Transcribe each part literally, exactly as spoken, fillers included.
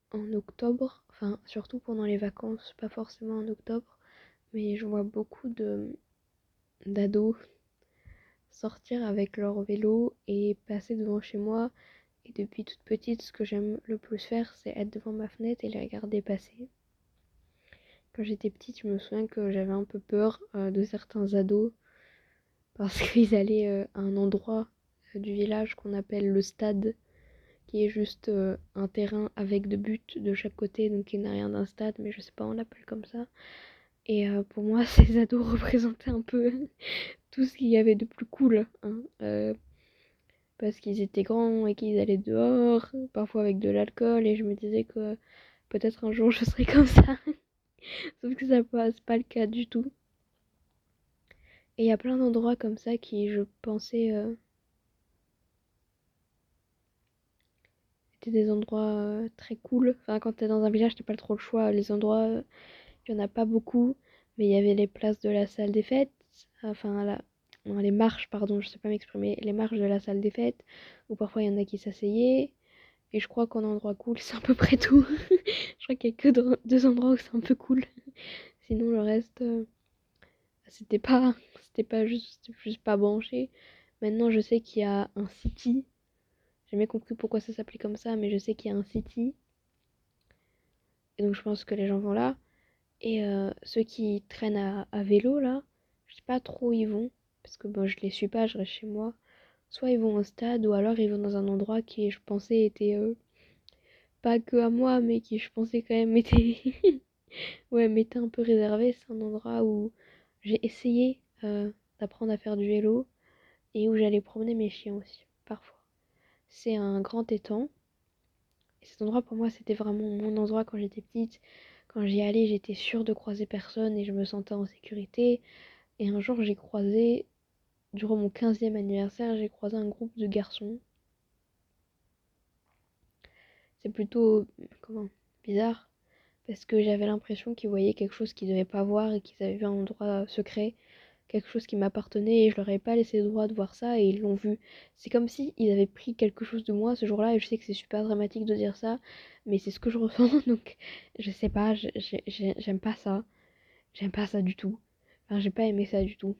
en octobre, enfin surtout pendant les vacances, pas forcément en octobre, mais je vois beaucoup de d'ados sortir avec leur vélo et passer devant chez moi. Et depuis toute petite, ce que j'aime le plus faire, c'est être devant ma fenêtre et les regarder passer. Quand j'étais petite, je me souviens que j'avais un peu peur euh, de certains ados parce qu'ils allaient euh, à un endroit euh, du village qu'on appelle le stade, qui est juste euh, un terrain avec deux buts de chaque côté, donc il n'a rien d'un stade, mais je sais pas, on l'appelle comme ça. Et euh, pour moi, ces ados représentaient un peu tout ce qu'il y avait de plus cool, hein, euh, parce qu'ils étaient grands et qu'ils allaient dehors, parfois avec de l'alcool, et je me disais que peut-être un jour je serais comme ça, sauf que ça passe pas le cas du tout. Et il y a plein d'endroits comme ça qui, je pensais, euh, étaient des endroits euh, très cool. Enfin, quand t'es dans un village, t'as pas trop le choix. Les endroits, euh, il y en a pas beaucoup, mais il y avait les places de la salle des fêtes, enfin, la... non, les marches, pardon, je sais pas m'exprimer, les marches de la salle des fêtes, où parfois il y en a qui s'asseyaient. Et je crois qu'en endroit cool, c'est à peu près tout. Je crois qu'il y a que deux deux endroits où c'est un peu cool. Sinon, le reste, euh, c'était pas, c'était pas juste, c'était juste pas branché. Maintenant, je sais qu'il y a un city. J'ai jamais compris pourquoi ça s'appelait comme ça, mais je sais qu'il y a un city. Et donc, je pense que les gens vont là. Et euh, ceux qui traînent à, à vélo, là, je sais pas trop où ils vont. Parce que bon, je les suis pas, je reste chez moi. Soit ils vont au stade, ou alors ils vont dans un endroit qui, je pensais, était euh, pas que à moi, mais qui, je pensais quand même, était ouais, m'était un peu réservé. C'est un endroit où j'ai essayé euh, d'apprendre à faire du vélo et où j'allais promener mes chiens aussi, parfois. C'est un grand étang. Et cet endroit, pour moi, c'était vraiment mon endroit quand j'étais petite. Quand j'y allais, j'étais sûre de croiser personne et je me sentais en sécurité. Et un jour, j'ai croisé, durant mon quinzième anniversaire, j'ai croisé un groupe de garçons. C'est plutôt, comment, bizarre, parce que j'avais l'impression qu'ils voyaient quelque chose qu'ils devaient pas voir et qu'ils avaient vu un endroit secret, quelque chose qui m'appartenait et je leur avais pas laissé le droit de voir ça et ils l'ont vu. C'est comme si ils avaient pris quelque chose de moi ce jour-là et je sais que c'est super dramatique de dire ça, mais c'est ce que je ressens donc je sais pas, j'aime pas ça. J'aime pas ça du tout. Enfin, j'ai pas aimé ça du tout.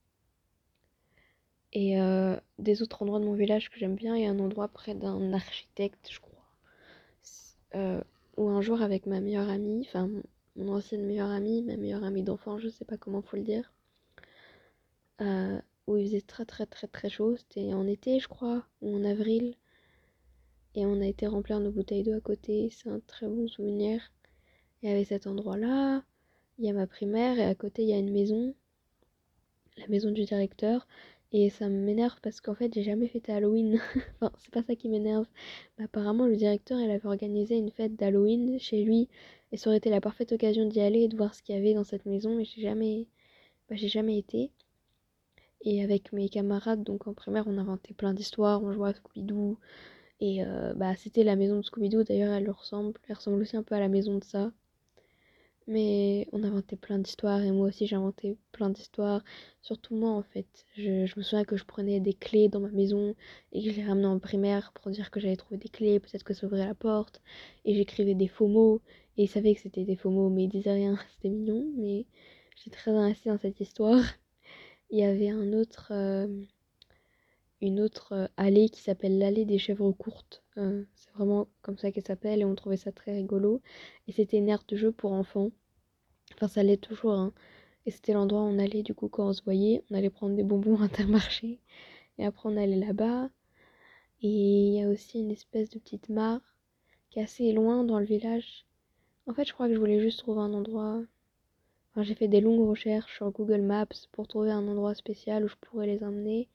Et euh, des autres endroits de mon village que j'aime bien, il y a un endroit près d'un architecte, je crois. Euh, où un jour avec ma meilleure amie, enfin mon ancienne meilleure amie, ma meilleure amie d'enfant, je sais pas comment faut le dire, euh, où il faisait très très très très chaud. C'était en été, je crois, ou en avril. Et on a été remplir nos bouteilles d'eau à côté. C'est un très bon souvenir. Il y avait cet endroit-là. Il y a ma primaire et à côté il y a une maison, la maison du directeur. Et ça m'énerve parce qu'en fait j'ai jamais fêté Halloween. Enfin, c'est pas ça qui m'énerve. Mais apparemment le directeur il avait organisé une fête d'Halloween chez lui. Et ça aurait été la parfaite occasion d'y aller et de voir ce qu'il y avait dans cette maison. Et j'ai jamais, bah, j'ai jamais été. Et avec mes camarades, donc en primaire, on inventait plein d'histoires, on jouait à Scooby-Doo. Et euh, bah, c'était la maison de Scooby-Doo, d'ailleurs, elle lui ressemble. Elle ressemble aussi un peu à la maison de ça. Mais on inventait plein d'histoires, et moi aussi j'inventais plein d'histoires. Surtout moi, en fait. Je, je me souviens que je prenais des clés dans ma maison et que je les ramenais en primaire pour dire que j'avais trouvé des clés, peut-être que ça ouvrait la porte. Et j'écrivais des faux mots, et ils savaient que c'était des faux mots, mais ils disaient rien. C'était mignon, mais j'étais très investie dans cette histoire. Il y avait un autre, euh, une autre euh, allée qui s'appelle l'allée des chèvres courtes. Euh, c'est vraiment comme ça qu'elle s'appelle et on trouvait ça très rigolo. Et c'était une aire de jeu pour enfants. Enfin, ça l'est toujours, hein. Et c'était l'endroit où on allait du coup quand on se voyait. On allait prendre des bonbons à Intermarché. Et après on allait là-bas. Et il y a aussi une espèce de petite mare qui est assez loin dans le village. En fait, je crois que je voulais juste trouver un endroit. Enfin, j'ai fait des longues recherches sur Google Maps pour trouver un endroit spécial où je pourrais les emmener.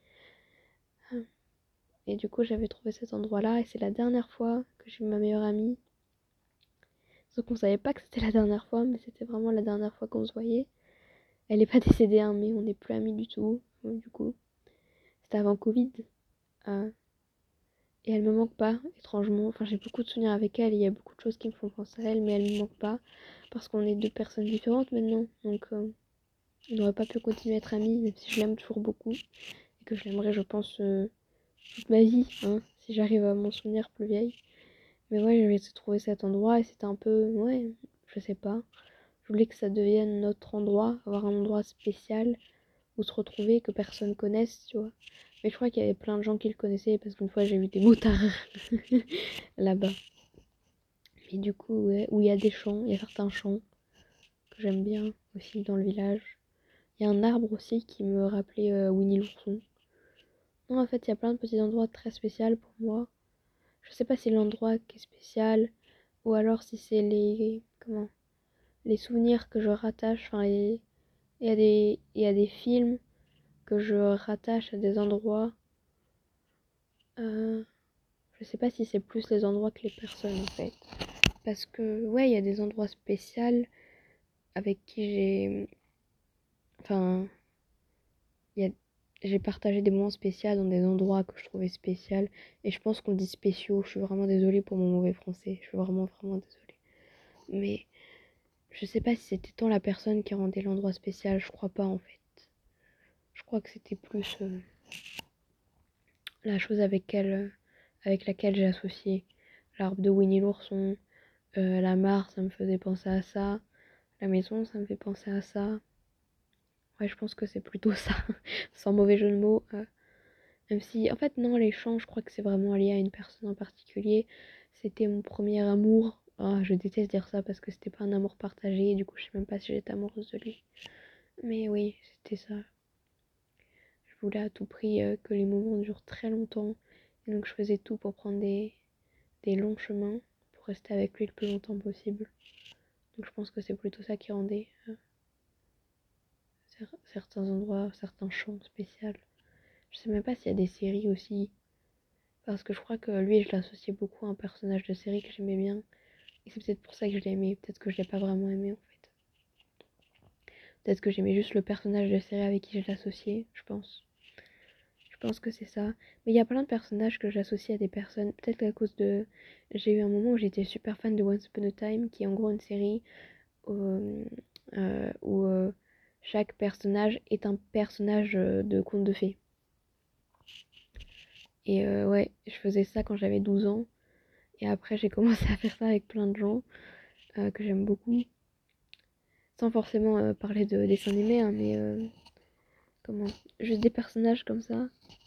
Et du coup, j'avais trouvé cet endroit-là et c'est la dernière fois que j'ai vu ma meilleure amie. Sauf qu'on savait pas que c'était la dernière fois, mais c'était vraiment la dernière fois qu'on se voyait. Elle est pas décédée, hein, mais on n'est plus amis du tout. Donc, du coup, c'était avant Covid. Euh, et elle me manque pas, étrangement. Enfin, j'ai beaucoup de souvenirs avec elle et il y a beaucoup de choses qui me font penser à elle, mais elle me manque pas. Parce qu'on est deux personnes différentes maintenant. Donc, euh, on n'aurait pas pu continuer à être amis, même si je l'aime toujours beaucoup. Et que je l'aimerais, je pense, euh, toute ma vie, hein, si j'arrive à m'en souvenir plus vieille. Mais ouais, j'avais trouvé cet endroit et c'était un peu, ouais, je sais pas. Je voulais que ça devienne notre endroit, avoir un endroit spécial où se retrouver, que personne connaisse, tu vois. Mais je crois qu'il y avait plein de gens qui le connaissaient parce qu'une fois j'ai vu des motards là-bas. Et du coup, ouais, où il y a des champs, il y a certains champs que j'aime bien aussi dans le village. Il y a un arbre aussi qui me rappelait euh, Winnie l'ourson. Non, en fait, il y a plein de petits endroits très spéciaux pour moi. Je sais pas si l'endroit qui est spécial ou alors si c'est les comment les souvenirs que je rattache. Enfin, les- il y a des il y a des films que je rattache à des endroits. Euh, je sais pas si c'est plus les endroits que les personnes en fait. Parce que ouais, il y a des endroits spéciaux avec qui j'ai enfin il y a j'ai partagé des moments spéciaux dans des endroits que je trouvais spéciaux. Et je pense qu'on dit spéciaux. Je suis vraiment désolée pour mon mauvais français. Je suis vraiment, vraiment désolée. Mais je sais pas si c'était tant la personne qui rendait l'endroit spécial. Je crois pas en fait. Je crois que c'était plus euh, la chose avec, elle, avec laquelle j'ai associé. L'arbre de Winnie l'ourson. Euh, la mare, ça me faisait penser à ça. La maison, ça me fait penser à ça. Ouais, je pense que c'est plutôt ça. Sans mauvais jeu de mots. Euh, Même si, en fait, non, les chants, je crois que c'est vraiment lié à une personne en particulier. C'était mon premier amour. Ah, je déteste dire ça parce que c'était pas un amour partagé. Et du coup, je sais même pas si j'étais amoureuse de lui. Mais oui, c'était ça. Je voulais à tout prix euh, que les moments durent très longtemps. Et donc, je faisais tout pour prendre des, des longs chemins pour rester avec lui le plus longtemps possible. Donc, je pense que c'est plutôt ça qui rendait euh, certains endroits, certains chants spéciaux. Je sais même pas s'il y a des séries aussi. Parce que je crois que lui, je l'associais beaucoup à un personnage de série que j'aimais bien. Et c'est peut-être pour ça que je l'ai aimé. Peut-être que je l'ai pas vraiment aimé en fait. Peut-être que j'aimais juste le personnage de série avec qui je l'associais, je pense. Je pense que c'est ça. Mais il y a plein de personnages que j'associe à des personnes. Peut-être à cause de. J'ai eu un moment où j'étais super fan de Once Upon a Time, qui est en gros une série euh, euh, où euh, chaque personnage est un personnage euh, de conte de fées. Et euh, ouais, je faisais ça quand j'avais douze ans. Et après, j'ai commencé à faire ça avec plein de gens euh, que j'aime beaucoup. Sans forcément euh, parler de dessins animés, hein, mais euh, comment juste des personnages comme ça.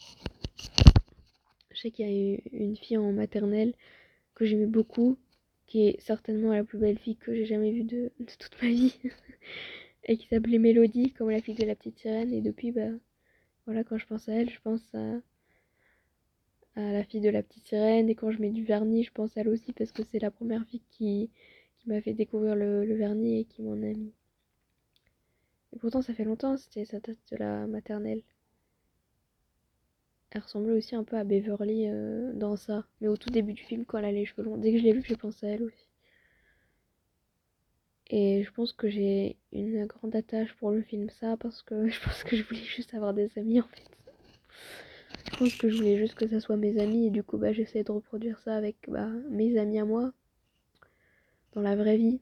Je sais qu'il y a eu une fille en maternelle que j'aimais beaucoup, qui est certainement la plus belle fille que j'ai jamais vue de, de toute ma vie, et qui s'appelait Mélodie, comme la fille de la petite sirène. Et depuis, bah voilà, quand je pense à elle, je pense à, à la fille de la petite sirène. Et quand je mets du vernis, je pense à elle aussi, parce que c'est la première fille qui, qui m'a fait découvrir le, le vernis et qui m'en a mis. Et pourtant, ça fait longtemps, c'était sa date de la maternelle. Elle ressemblait aussi un peu à Beverly euh, dans ça. Mais au tout début du film, quand elle a les cheveux longs. Dès que je l'ai vue, j'ai pensé à elle aussi. Et je pense que j'ai une grande attache pour le film ça, parce que je pense que je voulais juste avoir des amis en fait. Je pense que je voulais juste que ça soit mes amis et du coup bah j'essaie de reproduire ça avec bah, mes amis à moi, dans la vraie vie.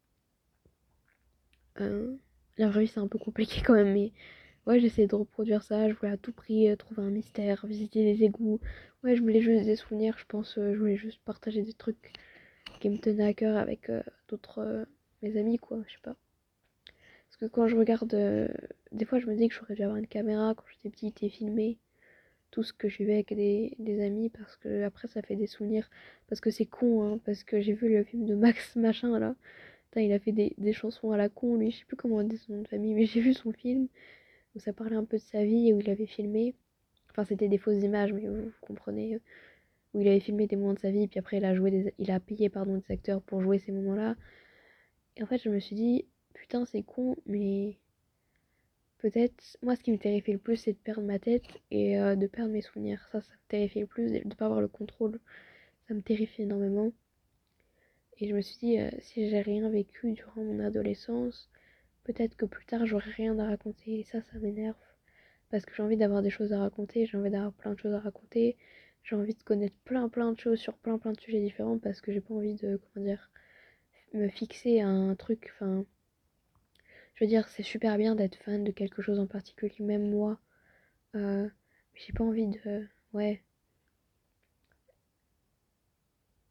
Euh, la vraie vie c'est un peu compliqué quand même, mais ouais, j'essaie de reproduire ça. Je voulais à tout prix euh, trouver un mystère, visiter des égouts. Ouais, je voulais juste des souvenirs, je pense. Euh, je voulais juste partager des trucs qui me tenaient à cœur avec euh, d'autres euh, mes amis quoi, je sais pas. Parce que quand je regarde, euh, des fois je me dis que j'aurais dû avoir une caméra quand j'étais petite et filmer tout ce que j'ai vu avec des, des amis parce que après ça fait des souvenirs. Parce que c'est con, hein, parce que j'ai vu le film de Max machin là. Putain, il a fait des, des chansons à la con, lui, je sais plus comment on dit son nom de famille, mais j'ai vu son film où ça parlait un peu de sa vie et où il avait filmé. Enfin, c'était des fausses images, mais vous, vous comprenez. Où il avait filmé des moments de sa vie, puis après il a joué des, il a payé pardon des acteurs pour jouer ces moments-là. Et en fait, je me suis dit, putain, c'est con, mais peut-être, moi, ce qui me terrifie le plus, c'est de perdre ma tête et euh, de perdre mes souvenirs. Ça, ça me terrifie le plus, de ne pas avoir le contrôle. Ça me terrifie énormément. Et je me suis dit, euh, si j'ai rien vécu durant mon adolescence, peut-être que plus tard, j'aurai rien à raconter. Et ça, ça m'énerve. Parce que j'ai envie d'avoir des choses à raconter, j'ai envie d'avoir plein de choses à raconter. J'ai envie de connaître plein, plein de choses sur plein, plein de sujets différents parce que j'ai pas envie de, comment dire, me fixer à un truc. Enfin, je veux dire, c'est super bien d'être fan de quelque chose en particulier, même moi. Euh, j'ai pas envie de. Ouais.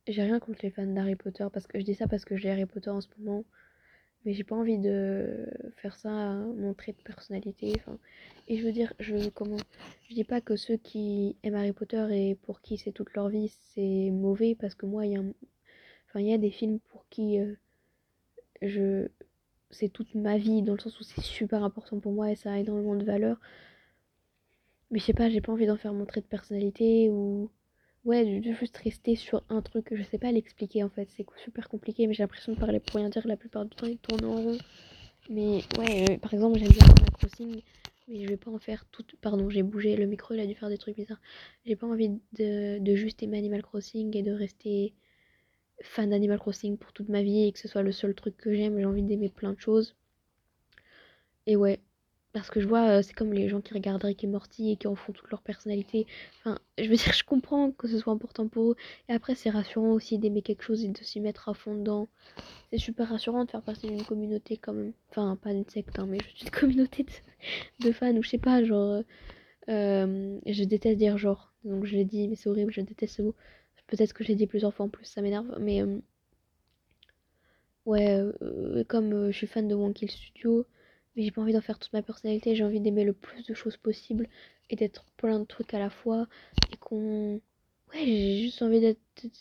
j'ai rien contre les fans d'Harry Potter, parce que je dis ça parce que j'ai Harry Potter en ce moment, mais j'ai pas envie de faire ça à mon trait de personnalité. Enfin, et je veux dire, je comment, je dis pas que ceux qui aiment Harry Potter et pour qui c'est toute leur vie, c'est mauvais, parce que moi, il y a, enfin, il y a des films pour qui euh, je, c'est toute ma vie, dans le sens où c'est super important pour moi et ça a énormément de valeur. Mais je sais pas, j'ai pas envie d'en faire mon trait de personnalité ou ouais, de de juste rester sur un truc. Je sais pas l'expliquer en fait, c'est super compliqué, mais j'ai l'impression de parler pour rien dire la plupart du temps et de tourner en rond. Mais ouais, euh, par exemple, j'aime bien Animal Crossing, mais je vais pas en faire tout. Pardon, j'ai bougé, le micro il a dû faire des trucs bizarres. J'ai pas envie de, de juste aimer Animal Crossing et de rester fan d'Animal Crossing pour toute ma vie et que ce soit le seul truc que j'aime. J'ai envie d'aimer plein de choses. Et ouais, parce que je vois, euh, c'est comme les gens qui regardent Rick et Morty et qui en font toute leur personnalité. Enfin, je veux dire, je comprends que ce soit important pour eux. Et après, c'est rassurant aussi d'aimer quelque chose et de s'y mettre à fond dedans. C'est super rassurant de faire partie d'une communauté quand même. Enfin, pas d'une secte, hein, mais juste une communauté de, de fans ou je sais pas, genre. euh, je déteste dire genre, donc je l'ai dit, mais c'est horrible, je déteste ce mot. Peut-être que je l'ai dit plusieurs fois en plus, ça m'énerve. Mais euh, ouais, euh, comme euh, je suis fan de One Kill Studio, mais j'ai pas envie d'en faire toute ma personnalité, j'ai envie d'aimer le plus de choses possible et d'être plein de trucs à la fois et qu'on. Ouais, j'ai juste envie d'être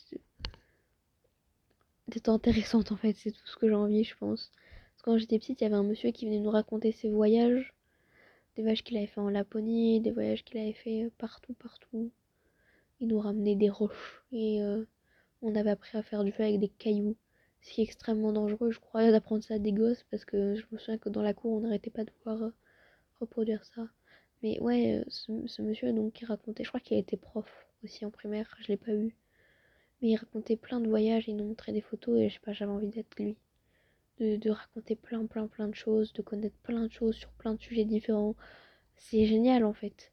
d'être intéressante en fait, c'est tout ce que j'ai envie, je pense. Parce que quand j'étais petite, il y avait un monsieur qui venait nous raconter ses voyages, des voyages qu'il avait fait en Laponie, des voyages qu'il avait fait partout, partout. Il nous ramenait des roches et euh, on avait appris à faire du feu avec des cailloux. Ce qui est extrêmement dangereux, je crois, d'apprendre ça à des gosses parce que je me souviens que dans la cour, on n'arrêtait pas de pouvoir euh, reproduire ça. Mais ouais, euh, ce, ce monsieur donc qui racontait, je crois qu'il a été prof aussi en primaire, je l'ai pas eu. Mais il racontait plein de voyages, il nous montrait des photos et je sais pas, j'avais envie d'être lui. De, de raconter plein, plein, plein de choses, de connaître plein de choses sur plein de sujets différents. C'est génial en fait.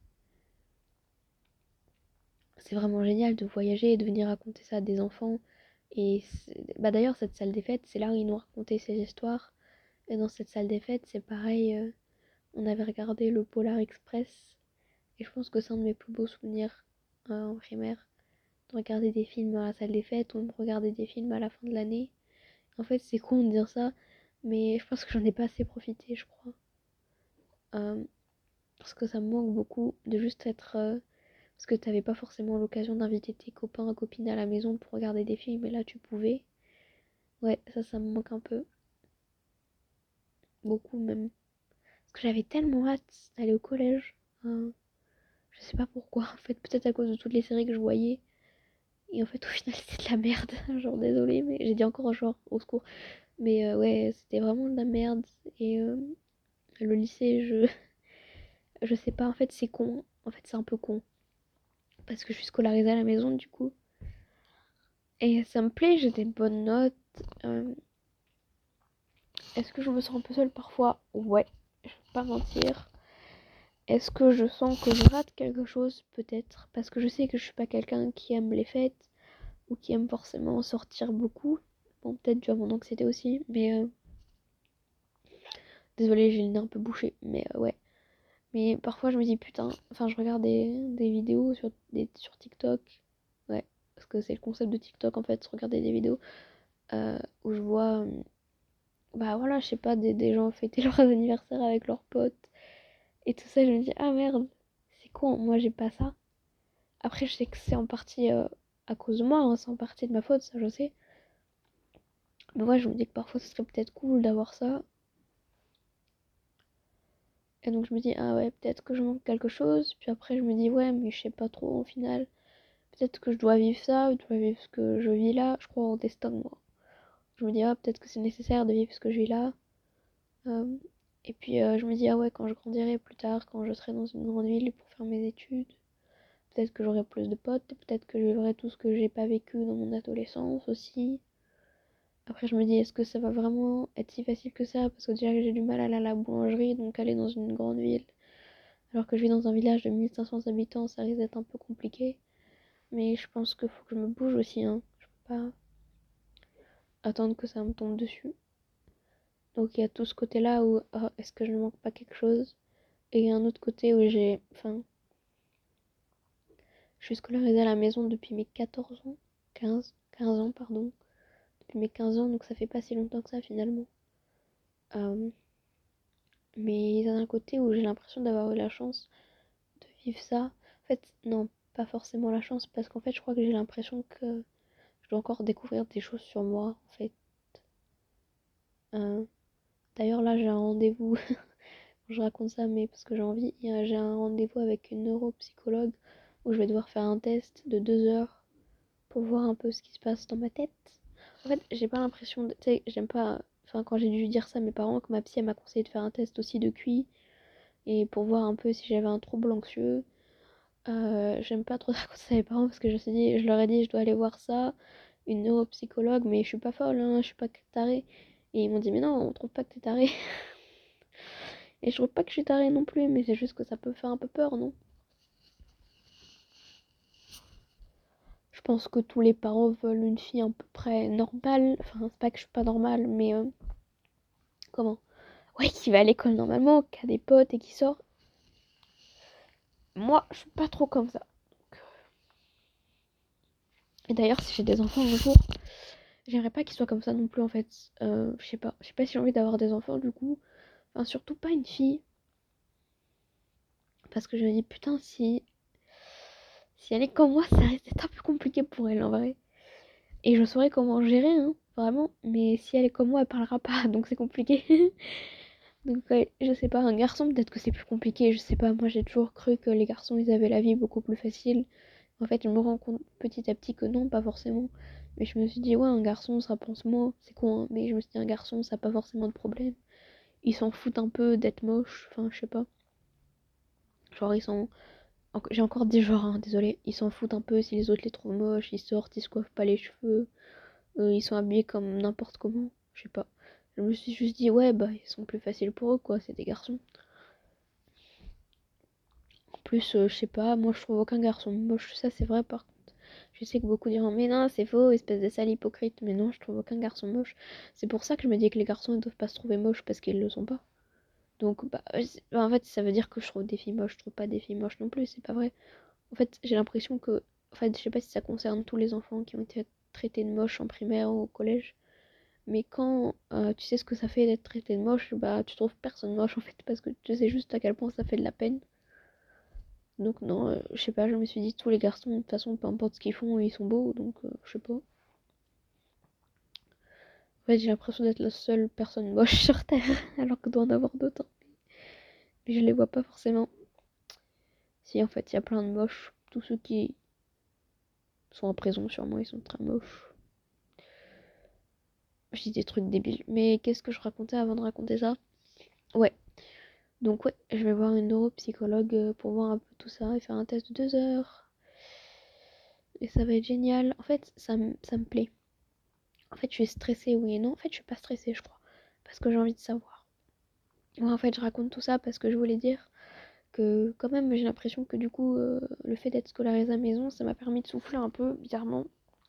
C'est vraiment génial de voyager et de venir raconter ça à des enfants. Et bah d'ailleurs, cette salle des fêtes, c'est là où ils nous racontaient ces histoires. Et dans cette salle des fêtes, c'est pareil, euh, on avait regardé le Polar Express. Et je pense que c'est un de mes plus beaux souvenirs euh, en primaire. De regarder des films dans la salle des fêtes ou de regarder des films à la fin de l'année. En fait, c'est con de dire ça, mais je pense que j'en ai pas assez profité, je crois. Euh, parce que ça me manque beaucoup de juste être. Euh, parce que t'avais pas forcément l'occasion d'inviter tes copains, copines à la maison pour regarder des films, et là tu pouvais. Ouais, ça, ça me manque un peu. Beaucoup même. Parce que j'avais tellement hâte d'aller au collège. Hein. Je sais pas pourquoi. En fait, peut-être à cause de toutes les séries que je voyais. Et en fait, au final, c'était de la merde. Genre, désolée, mais j'ai dit encore genre, au secours. Mais euh, ouais, c'était vraiment de la merde. Et euh, le lycée, je. Je sais pas, en fait, c'est con. En fait, c'est un peu con. Parce que je suis scolarisée à la maison, du coup. Et ça me plaît, j'ai des bonnes notes. Euh, Est-ce que je me sens un peu seule parfois? Ouais, je vais pas mentir. Est-ce que je sens que je rate quelque chose? Peut-être. Parce que je sais que je suis pas quelqu'un qui aime les fêtes ou qui aime forcément sortir beaucoup. Bon, peut-être dû à mon anxiété aussi, mais euh... désolée, j'ai le nez un peu bouché, mais euh, ouais. Mais parfois je me dis putain, enfin je regarde des, des vidéos sur, des, sur TikTok, ouais, parce que c'est le concept de TikTok en fait, regarder des vidéos euh, où je vois, euh, bah voilà, je sais pas, des, des gens fêter leurs anniversaires avec leurs potes et tout ça, je me dis ah merde, c'est con, moi j'ai pas ça. Après je sais que c'est en partie euh, à cause de moi, hein, c'est en partie de ma faute, ça je sais. Mais ouais, je me dis que parfois ce serait peut-être cool d'avoir ça. Et donc je me dis ah ouais, peut-être que je manque quelque chose, puis après je me dis ouais, mais je sais pas trop au final. Peut-être que je dois vivre ça, je dois vivre ce que je vis là. Je crois en destin, moi. Je me dis, ah, peut-être que c'est nécessaire de vivre ce que je vis là. Euh, et puis, euh, je me dis, ah ouais, quand je grandirai plus tard, quand je serai dans une grande ville pour faire mes études, peut-être que j'aurai plus de potes, peut-être que je vivrai tout ce que j'ai pas vécu dans mon adolescence aussi. Après, je me dis, est-ce que ça va vraiment être si facile que ça? Parce que déjà, j'ai du mal à aller à la boulangerie, donc aller dans une grande ville. Alors que je vis dans un village de mille cinq cents habitants, ça risque d'être un peu compliqué. Mais je pense qu'il faut que je me bouge aussi, hein. Je peux pas attendre que ça me tombe dessus. Donc il y a tout ce côté-là où oh, est-ce que je ne manque pas quelque chose? Et il y a un autre côté où j'ai. Enfin, je suis scolarisée à la maison depuis mes quatorze ans, quinze. quinze ans, pardon. Depuis mes quinze ans, donc ça fait pas si longtemps que ça finalement. Euh, mais d'un côté où j'ai l'impression d'avoir eu la chance de vivre ça. En fait, non, pas forcément la chance, parce qu'en fait, je crois que j'ai l'impression que je dois encore découvrir des choses sur moi, en fait. Euh, D'ailleurs, là, j'ai un rendez-vous. Je raconte ça, mais parce que j'ai envie. J'ai un rendez-vous avec une neuropsychologue où je vais devoir faire un test de deux heures pour voir un peu ce qui se passe dans ma tête. En fait, j'ai pas l'impression de. Tu sais, j'aime pas. Enfin, quand j'ai dû dire ça à mes parents, que ma psy elle m'a conseillé de faire un test aussi de Q I et pour voir un peu si j'avais un trouble anxieux. Euh, j'aime pas trop raconter ça à mes parents parce que je, suis dit, je leur ai dit je dois aller voir ça, une neuropsychologue, mais je suis pas folle, hein, je suis pas tarée. Et ils m'ont dit mais non, on trouve pas que t'es tarée. Et je trouve pas que je suis tarée non plus, mais c'est juste que ça peut faire un peu peur, non? Je pense que tous les parents veulent une fille à peu près normale. Enfin, c'est pas que je suis pas normale, mais euh, comment? Ouais, qui va à l'école normalement, qui a des potes et qui sort. Moi, je suis pas trop comme ça. Et d'ailleurs, si j'ai des enfants un jour, j'aimerais pas qu'ils soient comme ça non plus en fait. Euh, je sais pas. Je sais pas si j'ai envie d'avoir des enfants du coup. Enfin, surtout pas une fille. Parce que je me dis, putain, si, si elle est comme moi, ça risque d'être un peu compliqué pour elle en vrai. Et je saurais comment gérer, hein, vraiment. Mais si elle est comme moi, elle parlera pas, donc c'est compliqué. Donc ouais, je sais pas, un garçon, peut-être que c'est plus compliqué, je sais pas. Moi j'ai toujours cru que les garçons, ils avaient la vie beaucoup plus facile. En fait, je me rends compte petit à petit que non, pas forcément. Mais je me suis dit, ouais, un garçon, ça pense moi. C'est con, hein, mais je me suis dit, un garçon, ça a pas forcément de problème. Ils s'en foutent un peu d'être moche, enfin, je sais pas. Genre, ils sont. J'ai encore dit genre, hein, désolé. Ils s'en foutent un peu si les autres les trouvent moches, ils sortent, ils se coiffent pas les cheveux, euh, ils sont habillés comme n'importe comment, je sais pas. Je me suis juste dit, ouais, bah, ils sont plus faciles pour eux, quoi, c'est des garçons. En plus, euh, je sais pas, moi je trouve aucun garçon moche, ça c'est vrai par contre. Je sais que beaucoup diront, mais non, c'est faux, espèce de sale hypocrite, mais non, je trouve aucun garçon moche. C'est pour ça que je me dis que les garçons ils doivent pas se trouver moches parce qu'ils le sont pas. Donc, bah, euh, bah, en fait, ça veut dire que je trouve des filles moches, je trouve pas des filles moches non plus, c'est pas vrai. En fait, j'ai l'impression que. En fait, je sais pas si ça concerne tous les enfants qui ont été traités de moches en primaire ou au collège. Mais quand euh, tu sais ce que ça fait d'être traité de moche, bah tu trouves personne moche en fait, parce que tu sais juste à quel point ça fait de la peine. Donc non, euh, je sais pas, je me suis dit tous les garçons, de toute façon, peu importe ce qu'ils font, ils sont beaux, donc euh, je sais pas. En fait, j'ai l'impression d'être la seule personne moche sur Terre, alors que doit en avoir d'autres, hein. Mais je les vois pas forcément. Si en fait, il y a plein de moches. Tous ceux qui sont en prison sur moi, ils sont très moches. Je dis des trucs débiles. Mais qu'est-ce que je racontais avant de raconter ça? Ouais. Donc ouais, je vais voir une neuropsychologue euh, pour voir un peu tout ça et faire un test de deux heures. Et ça va être génial. En fait, ça, me- ça me plaît. En fait, je suis stressée, oui et non. En fait, je suis pas stressée, je crois. Parce que j'ai envie de savoir. Moi, en fait, je raconte tout ça parce que je voulais dire que quand même, j'ai l'impression que du coup, euh, le fait d'être scolarisée à la maison, ça m'a permis de souffler un peu, bizarrement.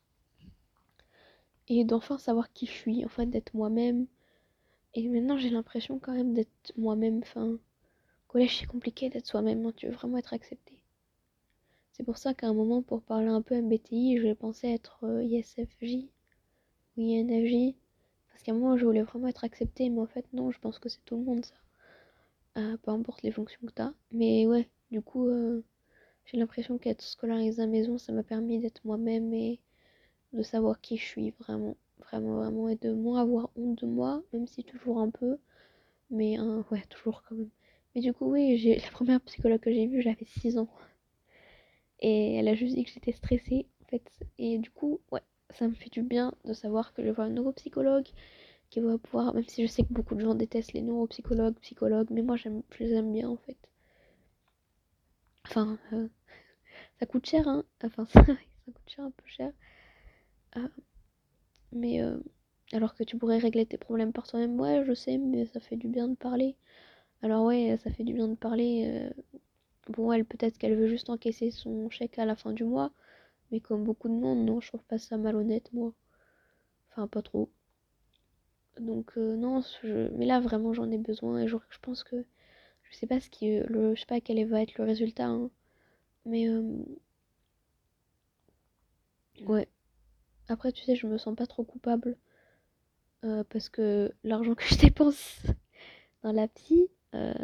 Et d'enfin savoir qui je suis, en fait, d'être moi-même. Et maintenant, j'ai l'impression quand même d'être moi-même. Enfin, collège, c'est compliqué d'être soi-même, hein, tu veux vraiment être accepté. C'est pour ça qu'à un moment, pour parler un peu M B T I, je pensais être euh, I S F J ou I N F J. Parce qu'à un moment, je voulais vraiment être acceptée, mais en fait, non, je pense que c'est tout le monde ça. Euh, peu importe les fonctions que t'as. Mais ouais, du coup, euh, j'ai l'impression qu'être scolarisée à la maison, ça m'a permis d'être moi-même et de savoir qui je suis vraiment. Vraiment, vraiment. Et de moins avoir honte de moi, même si toujours un peu. Mais hein, ouais, toujours quand même. Mais du coup, oui, j'ai la première psychologue que j'ai vue, j'avais six ans. Et elle a juste dit que j'étais stressée, en fait. Et du coup, ouais, ça me fait du bien de savoir que je vais voir une neuropsychologue qui va pouvoir, même si je sais que beaucoup de gens détestent les neuropsychologues, psychologues, mais moi j'aime, je les aime bien en fait. Enfin, euh, ça coûte cher, hein. Enfin, ça, ça coûte cher, un peu cher. Euh, mais euh, alors que tu pourrais régler tes problèmes par toi-même, ouais, je sais, mais ça fait du bien de parler. Alors ouais, ça fait du bien de parler. euh, Bon, elle, peut-être qu'elle veut juste encaisser son chèque à la fin du mois. Mais comme beaucoup de monde, non, je trouve pas ça malhonnête, moi. Enfin, pas trop. Donc, euh, non, je... mais là, vraiment, j'en ai besoin. Et je, je pense que je sais pas ce qui, le, je sais pas quel va être le résultat, hein. Mais, euh, ouais. Après, tu sais, je me sens pas trop coupable euh, parce que l'argent que je dépense dans la psy, euh,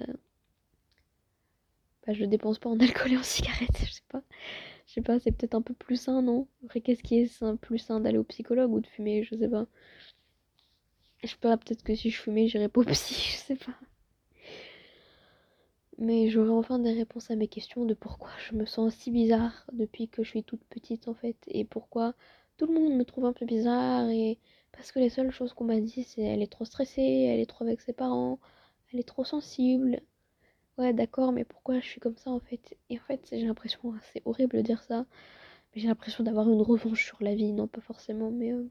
bah, je le dépense pas en alcool et en cigarettes, je sais pas. Je sais pas, c'est peut-être un peu plus sain, non? Après, qu'est-ce qui est sain, plus sain d'aller au psychologue ou de fumer? Je sais pas. Je sais pas, peut-être que si je fumais, j'irais pas au psy, je sais pas. Mais j'aurai enfin des réponses à mes questions de pourquoi je me sens si bizarre depuis que je suis toute petite en fait. Et pourquoi tout le monde me trouve un peu bizarre. Et parce que les seules choses qu'on m'a dit c'est elle est trop stressée, elle est trop avec ses parents, elle est trop sensible. Ouais d'accord, mais pourquoi je suis comme ça en fait? Et en fait j'ai l'impression, c'est horrible de dire ça, mais j'ai l'impression d'avoir une revanche sur la vie. Non pas forcément, mais... euh,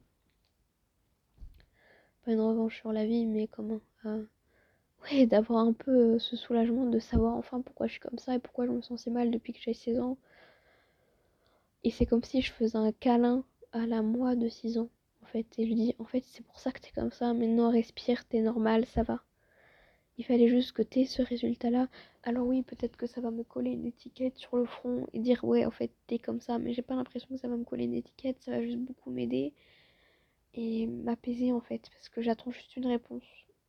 pas une revanche sur la vie, mais comment... euh, ouais, d'avoir un peu euh, ce soulagement de savoir enfin pourquoi je suis comme ça et pourquoi je me sens si mal depuis que j'ai seize ans. Et c'est comme si je faisais un câlin à la moi de six ans, en fait. Et je lui dis, en fait, c'est pour ça que t'es comme ça. Maintenant, respire, t'es normal, ça va. Il fallait juste que t'aies ce résultat-là. Alors oui, peut-être que ça va me coller une étiquette sur le front et dire, ouais, en fait, t'es comme ça. Mais j'ai pas l'impression que ça va me coller une étiquette. Ça va juste beaucoup m'aider et m'apaiser, en fait. Parce que j'attends juste une réponse.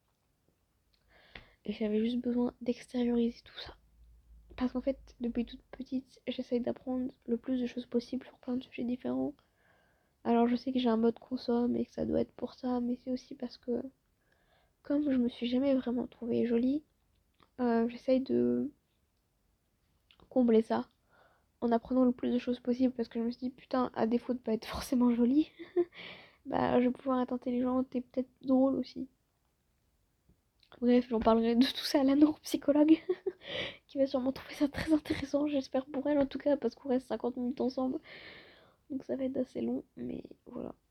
Et j'avais juste besoin d'extérioriser tout ça. Parce qu'en fait, depuis toute petite, j'essaye d'apprendre le plus de choses possible sur plein de sujets différents. Alors je sais que j'ai un mode consomme et que ça doit être pour ça, mais c'est aussi parce que comme je me suis jamais vraiment trouvée jolie, euh, j'essaye de combler ça en apprenant le plus de choses possible parce que je me suis dit putain, à défaut de pas être forcément jolie, bah je vais pouvoir être intelligente et peut-être drôle aussi. Bref, j'en parlerai de tout ça à la neuropsychologue qui va sûrement trouver ça très intéressant, j'espère pour elle en tout cas parce qu'on reste cinquante minutes ensemble. Donc ça va être assez long, mais voilà.